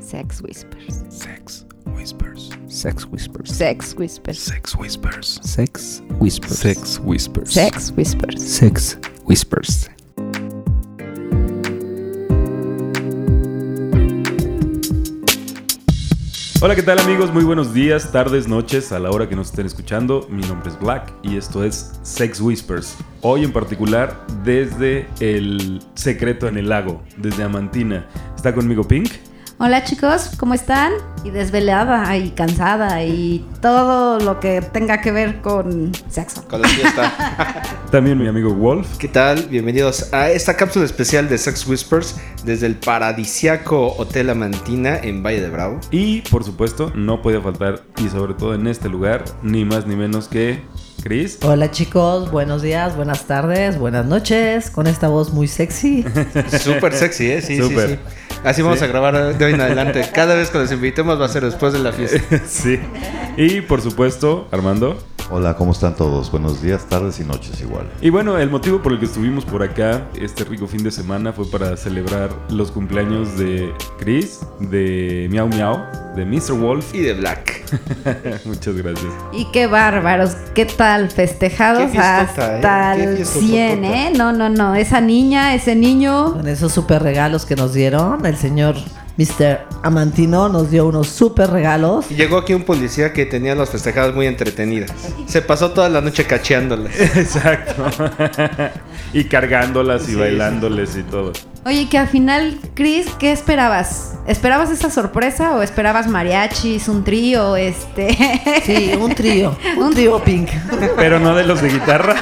Sex Whispers. Sex Whispers. Sex Whispers. Sex Whispers. Sex Whispers. Sex Whispers. Sex Whispers. Sex Whispers. Sex Whispers. Hola, ¿qué tal amigos? Muy buenos días, tardes, noches, a la hora que nos estén escuchando. Mi nombre es Black y esto es Sex Whispers. Hoy en particular desde el Secreto en el Lago, desde Amantina. Está conmigo Pink. Hola chicos, ¿cómo están? Y desvelada y cansada y todo lo que tenga que ver con sexo. Con la fiesta. También mi amigo Wolf. ¿Qué tal? Bienvenidos a esta cápsula especial de Sex Whispers desde el paradisiaco Hotel Amantina en Valle de Bravo. Y por supuesto, no podía faltar, y sobre todo en este lugar, ni más ni menos que Chris. Hola chicos, buenos días, buenas tardes, buenas noches, con esta voz muy sexy. Súper sexy, ¿eh? Sí, Súper. sí. Así vamos a grabar de hoy en adelante. Cada vez que los invitemos va a ser después de la fiesta. Sí. Y por supuesto, Armando. Hola, ¿cómo están todos? Buenos días, tardes y noches igual. Y bueno, el motivo por el que estuvimos por acá este rico fin de semana fue para celebrar los cumpleaños de Chris, de Miau Miau, de Mr. Wolf. Y de Black. Muchas gracias. Y qué bárbaros, qué tal festejados Qué fiestota, hasta Qué el fiestototota. 100, ¿eh? No, esa niña, ese niño. Con esos super regalos que nos dieron, el señor Mr. Amantino nos dio unos super regalos. Y llegó aquí un policía que tenía las festejadas muy entretenidas. Se pasó toda la noche cacheándolas. Exacto. Y cargándolas y Sí, bailándoles y todo. Oye, que al final, Chris, ¿qué esperabas? ¿Esperabas esa sorpresa o esperabas mariachis, un trío, Sí, un trío Pink. Pero no de los de guitarra.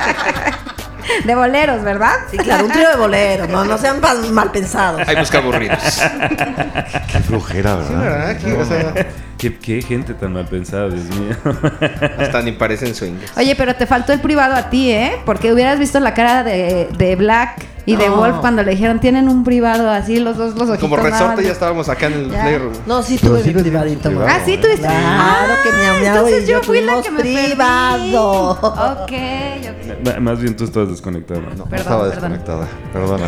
de boleros, ¿verdad? Sí, claro, un trío de bolero, no sean mal pensados. Ahí busca aburridos. Qué flojera, Sí, ¿verdad? ¿verdad? Aquí, o sea, Qué gente tan mal pensada, Dios mío. hasta ni parecen swingers. Oye, pero te faltó el privado a ti, ¿eh? Porque hubieras visto la cara de Black y de No. Wolf cuando le dijeron, tienen un privado así, los dos, los ojitos. Como nada resorte más. ya estábamos acá en el Ya. playroom. No, sí Pero tuve sí mi les privadito. dieron mamá. Ah, sí, tuviste. Claro que Miau Miau entonces y yo yo fui la tuvimos que me perdí. privado. Ok. Más bien tú estabas desconectado. No, Perdón, estaba perdón. desconectada. Perdona.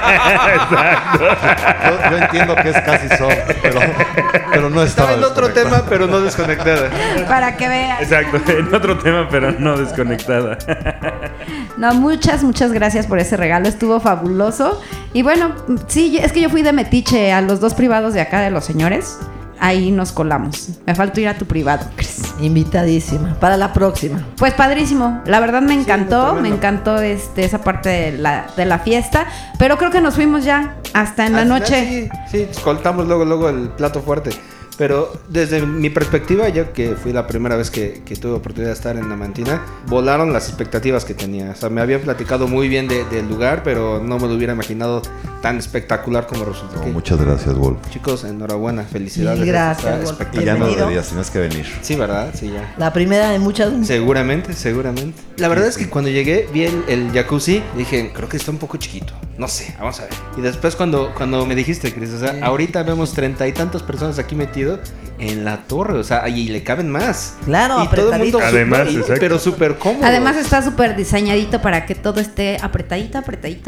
Yo entiendo que es casi soft, pero no Estaba estaba en otro desconectada. tema, pero no desconectada. Para que veas. Exacto, en otro tema, pero no desconectada. No, muchas gracias por ese regalo, estuvo fabuloso. Y bueno, sí, es que yo fui de metiche a los dos privados de acá de los señores. Ahí nos colamos. Me faltó ir a tu privado, Chris. Invitadísima, para la próxima. Pues padrísimo, la verdad me encantó, tremendo. me encantó esa parte de la fiesta, pero creo que nos fuimos ya hasta en la Al final noche. Sí, soltamos luego el plato fuerte. Pero desde mi perspectiva, yo que fui la primera vez que tuve oportunidad de estar en Amantina, volaron las expectativas que tenía. O sea, me habían platicado muy bien del lugar, pero no me lo hubiera imaginado tan espectacular como resultó. No, muchas gracias, Wolf. Chicos, enhorabuena, felicidades. Mil gracias, Está Wolf. espectacular. Y ya no Bienvenido. deberías, tienes que venir. Sí, ¿verdad? Sí, ya. La primera de muchas. Seguramente. La verdad es que cuando llegué, vi el jacuzzi, dije, creo que está un poco chiquito. No sé, vamos a ver. Y después cuando me dijiste, Chris, o sea, ahorita vemos 30 y tantas personas aquí metido en la torre, o sea, y le caben más. Claro, y todo el mundo apretadito. Además, súper- exacto. pero súper cómodo. Además está súper diseñadito para que todo esté apretadito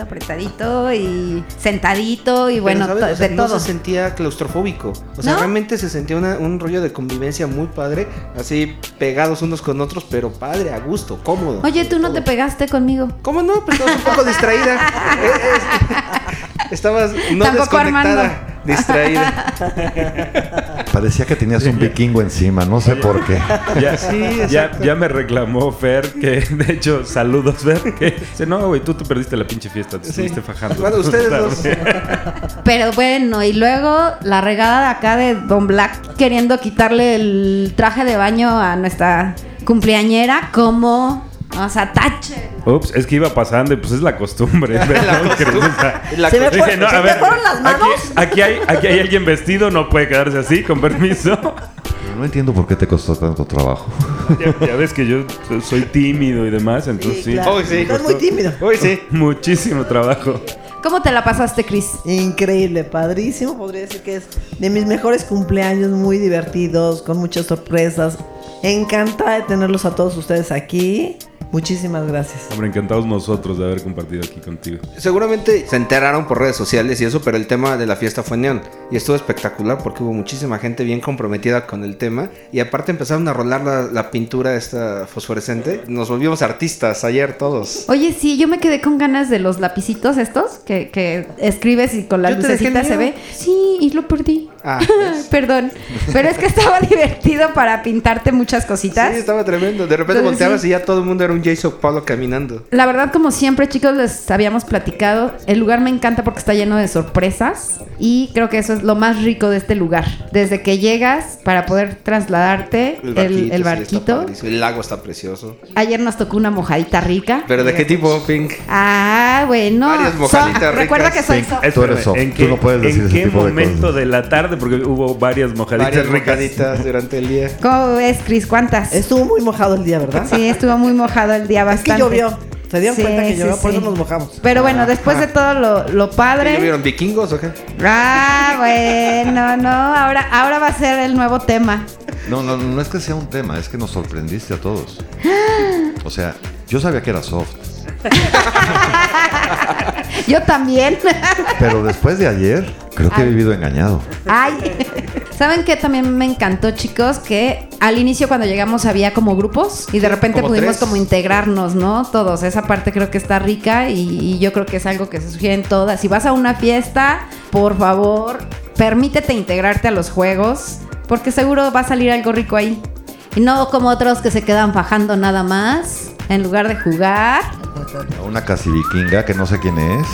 y sentadito y Pero, bueno, ¿sabes? O sea, de no todo. se sentía claustrofóbico. O sea, ¿No? realmente se sentía un rollo de convivencia muy padre, así pegados unos con otros, pero padre, a gusto, cómodo. Oye, tú no Todo. te pegaste conmigo. ¿Cómo no? Pues estabas un poco distraída. Estabas no Tampoco desconectada, Armando. distraída. Parecía que tenías un vikingo encima, no sé por qué. Ya me reclamó Fer, que de hecho, saludos Fer, que dice, no, güey, tú te perdiste la pinche fiesta, te estuviste fajando. Bueno, ustedes dos. Pero bueno, y luego la regada de acá de Don Black queriendo quitarle el traje de baño a nuestra cumpleañera como, o sea, tache. Ups, es que iba pasando y pues es la costumbre. ¿verdad? La Se me cosa- fue- Dije, no, ¿se a me ver, fueron las manos? aquí hay alguien vestido, no puede quedarse así, con permiso. Pero no entiendo por qué te costó tanto trabajo. Ya ves que yo soy tímido y demás, entonces sí, claro. Hoy sí. Estás muy tímido. Hoy sí. muchísimo trabajo. ¿Cómo te la pasaste, Chris? Increíble, padrísimo. Podría decir que es de mis mejores cumpleaños, muy divertidos, con muchas sorpresas. Encantada de tenerlos a todos ustedes aquí. Muchísimas gracias. Hombre, encantados nosotros de haber compartido aquí contigo. Seguramente se enteraron por redes sociales y eso, pero el tema de la fiesta fue neón. Y estuvo espectacular porque hubo muchísima gente bien comprometida con el tema. Y aparte empezaron a rolar la pintura esta fosforescente. Nos volvimos artistas ayer todos. Oye, sí, yo me quedé con ganas de los lapicitos estos que escribes y con la Yo te dejé lucecita el se mío. ve. Sí, y lo perdí. Ah, ¿ves? Perdón. Pero es que estaba divertido para pintarte muchas cositas. Sí, estaba tremendo. De repente Entonces, volteabas sí. y ya todo el mundo era un Jason Paulo caminando. La verdad, como siempre, chicos, les habíamos platicado, el lugar me encanta porque está lleno de sorpresas y creo que eso es lo más rico de este lugar. Desde que llegas para poder trasladarte, el sí, barquito. está padrísimo. El lago está precioso. Ayer nos tocó una mojadita rica. ¿Pero de qué tipo, Pink? Ah, bueno. Varias mojaditas ricas. Recuerda que soy Pink. soft. Tú eres soft. ¿En Tú no puedes decir ¿En ese qué tipo de momento cosas. de la tarde? Porque hubo varias mojaditas Varias ricas. mojaditas durante el día. ¿Cómo ves, Cris? ¿Cuántas? Estuvo muy mojado el día, ¿verdad? Sí, estuvo muy mojado el día Es bastante. que llovió. ¿Se dieron Sí, cuenta que sí, llovió? Por sí. eso nos mojamos. Pero bueno, después de todo lo ¿Qué padre. vieron vikingos o qué? Ah, bueno, no. Ahora va a ser el nuevo tema. No es que sea un tema, es que nos sorprendiste a todos. O sea, yo sabía que era soft, Yo también. pero después de ayer, creo que he vivido engañado. Ay. ¿Saben qué también me encantó, chicos? Que al inicio cuando llegamos había como grupos y de repente como pudimos tres. como integrarnos, ¿no? Todos. Esa parte creo que está rica y yo creo que es algo que se sugiere en todas. Si vas a una fiesta, por favor, permítete integrarte a los juegos porque seguro va a salir algo rico ahí. Y no como otros que se quedan fajando nada más en lugar de jugar. Una casi vikinga que no sé quién es.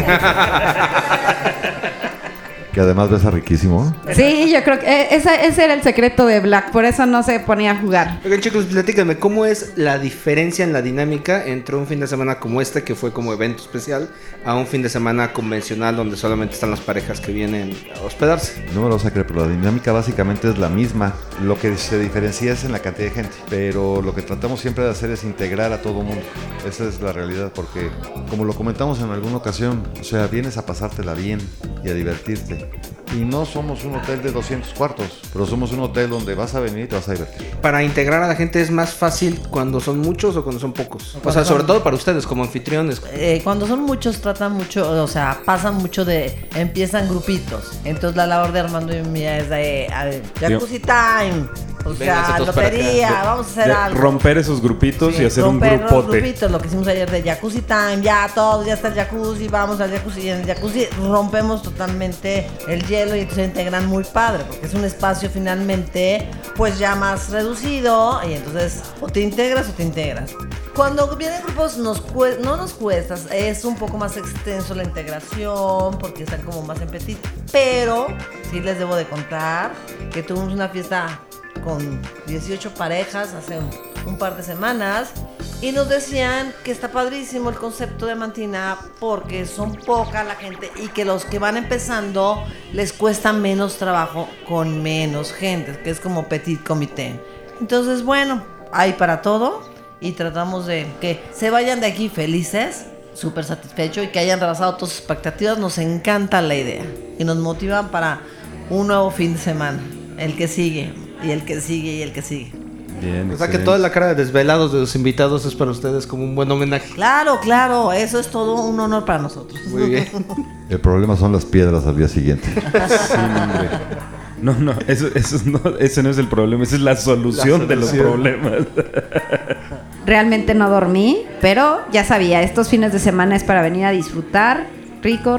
Que además besa riquísimo. Sí, yo creo que ese era el secreto de Black, por eso no se ponía a jugar. Oigan, chicos, platícanme, ¿cómo es la diferencia en la dinámica entre un fin de semana como este, que fue como evento especial, a un fin de semana convencional donde solamente están las parejas que vienen a hospedarse? No me lo vas a creer, pero la dinámica básicamente es la misma. Lo que se diferencia es en la cantidad de gente. Pero lo que tratamos siempre de hacer es integrar a todo mundo. Esa es la realidad, porque como lo comentamos en alguna ocasión, o sea, vienes a pasártela bien y a divertirte. Y no somos un hotel de 200 cuartos, pero somos un hotel donde vas a venir y te vas a divertir. Para integrar a la gente, ¿es más fácil cuando son muchos o cuando son pocos? O sea, sobre todo para ustedes como anfitriones. Cuando son muchos, tratan mucho, o sea, pasan mucho de, empiezan grupitos. Entonces la labor de Armando y mía es de, a ver, jacuzzi time, o Vénganse sea, todos para acá. lotería, vamos a hacer De algo. romper esos grupitos Sí, y hacer un romper los grupote. grupitos, lo que hicimos ayer de jacuzzi time, ya todos, ya está el jacuzzi, vamos al jacuzzi, y en el jacuzzi rompemos totalmente el hielo y entonces se integran muy padre, porque es un espacio finalmente pues ya más reducido y entonces o te integras o te integras. Cuando vienen grupos no nos cuesta, es un poco más extenso la integración porque están como más en petit, pero sí les debo de contar que tuvimos una fiesta con 18 parejas hace un par de semanas y nos decían que está padrísimo el concepto de Amantina porque son poca la gente y que los que van empezando les cuesta menos trabajo con menos gente, que es como petit comité. Entonces, bueno, hay para todo y tratamos de que se vayan de aquí felices, súper satisfechos y que hayan rebasado todas sus expectativas. Nos encanta la idea y nos motivan para un nuevo fin de semana, el que sigue y el que sigue y el que sigue. Bien, O sea, que excelente. toda la cara de desvelados de los invitados es para ustedes como un buen homenaje. Claro, claro, eso es todo un honor para nosotros. Muy bien. El problema son las piedras al día siguiente. Sí, hombre. No, ese no es el problema, esa es la solución de los problemas. Realmente no dormí, pero ya sabía, estos fines de semana es para venir a disfrutar, rico,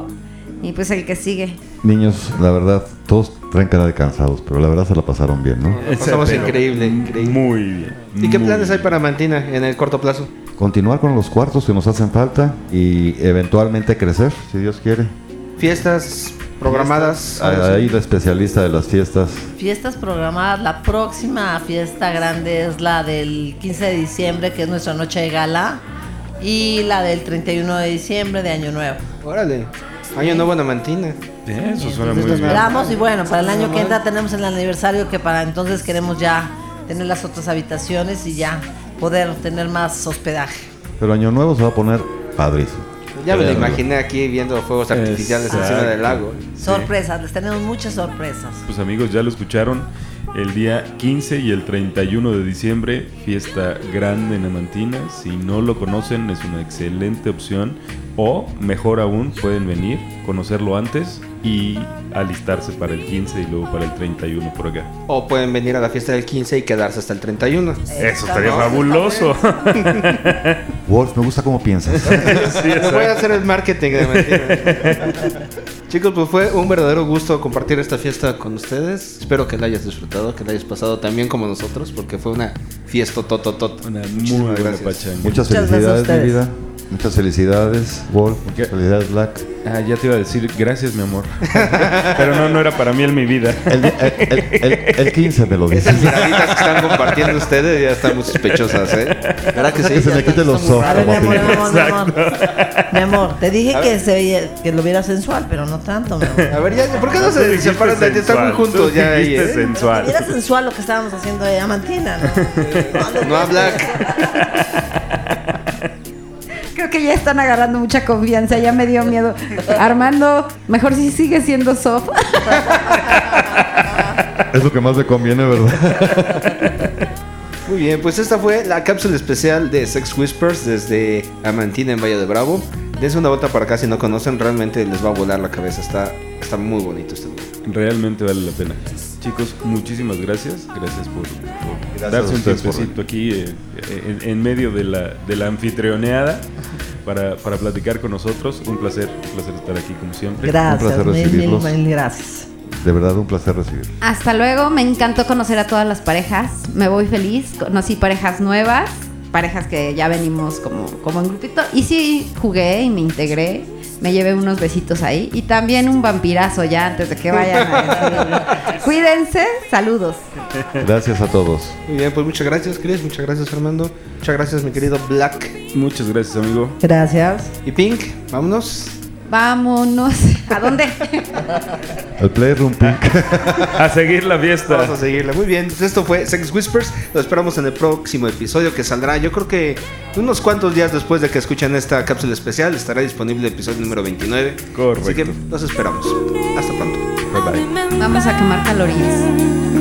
y pues el que sigue. Niños, la verdad, todos traen cara de cansados, pero la verdad se la pasaron bien, ¿no? Pasamos Pero increíble. Muy bien. ¿Y qué muy planes hay bien. para Amantina en el corto plazo? Continuar con los cuartos que nos hacen falta y eventualmente crecer, si Dios quiere. Fiestas programadas. Ahí la especialista de las fiestas. Fiestas programadas, la próxima fiesta grande es la del 15 de diciembre, que es nuestra noche de gala, y la del 31 de diciembre de Año Nuevo. Órale. Año nuevo en Amantina. Bien, eso suena Entonces muy lo bien. esperamos y bueno, para el año que entra tenemos el aniversario que para entonces queremos ya tener las otras habitaciones y ya poder tener más hospedaje. Pero Año Nuevo se va a poner padrísimo. Ya me lo Claro. imaginé aquí viendo fuegos artificiales Exacto. encima del lago. Sorpresas, les tenemos muchas sorpresas. Pues amigos, ya lo escucharon. El día 15 y el 31 de diciembre, fiesta grande en Amantina. Si no lo conocen, es una excelente opción. O, mejor aún, pueden venir, conocerlo antes y alistarse para el 15 y luego para el 31 por acá. O pueden venir a la fiesta del 15 y quedarse hasta el 31. Eso estaría fabuloso. Wolf, me gusta cómo piensas. Me voy a hacer el marketing de Amantina. Chicos, pues fue un verdadero gusto compartir esta fiesta con ustedes. Espero que la hayas disfrutado, que la hayas pasado tan bien como nosotros, porque fue una fiesta tototot. Una muy Muchísimas buena gracias. pachanga. Muchas Muchas gracias a felicidades, mi ustedes. vida. Muchas felicidades, Wolf. Muchas felicidades, Black. Ah, ya te iba a decir gracias, mi amor. Pero no era para mí en mi vida. El 15 me lo dices. Esas miraditas que están compartiendo ustedes ya están muy sospechosas, ¿eh? ¿Verdad que Que se sí? me quiten los ojos. A ver, mi amor, papito. mi amor. Mi amor, te dije que se veía, que lo viera sensual, pero no tanto, mi amor. A ver, ya, ¿por qué no Tú se dijiste separan? Están muy sensual, juntos tú ya ahí, dijiste ¿eh? Que sensual. viera sensual lo que estábamos haciendo de Amantina, ¿no? No a Black. Creo que ya están agarrando mucha confianza, ya me dio miedo. Armando, mejor si sigue siendo soft. Es lo que más me conviene, ¿verdad? Muy bien, pues esta fue la cápsula especial de Sex Whispers desde Amantina en Valle de Bravo. Dense una vuelta para acá si no conocen, realmente les va a volar la cabeza. Está muy bonito este lugar. Realmente vale la pena. Chicos, muchísimas gracias. Gracias por Gracias darse a un ustedes por tiempecito aquí en medio de la anfitrioneada para platicar con nosotros. Un placer estar aquí como siempre. Gracias, Un placer mil, mil, recibirlos. mil gracias. De verdad, un placer recibir. Hasta luego, me encantó conocer a todas las parejas. Me voy feliz. Conocí parejas nuevas, parejas que ya venimos como en grupito. Y sí, jugué y me integré. Me llevé unos besitos ahí. Y también un vampirazo ya antes de que vayan a decirlo. Cuídense, saludos. Gracias a todos. Muy bien, pues muchas gracias, Chris. Muchas gracias, Armando. Muchas gracias, mi querido Black. Muchas gracias, amigo. Gracias. Y Pink, vámonos. Vámonos. ¿A dónde? El Playroom Pink. A seguir la fiesta. Vamos a seguirle. Muy bien, pues esto fue Sex Whispers. Lo esperamos en el próximo episodio que saldrá. Yo creo que unos cuantos días después de que escuchen esta cápsula especial estará disponible el episodio número 29. Correcto. Así que los esperamos. Hasta pronto. Bye bye. Vamos a quemar calorías.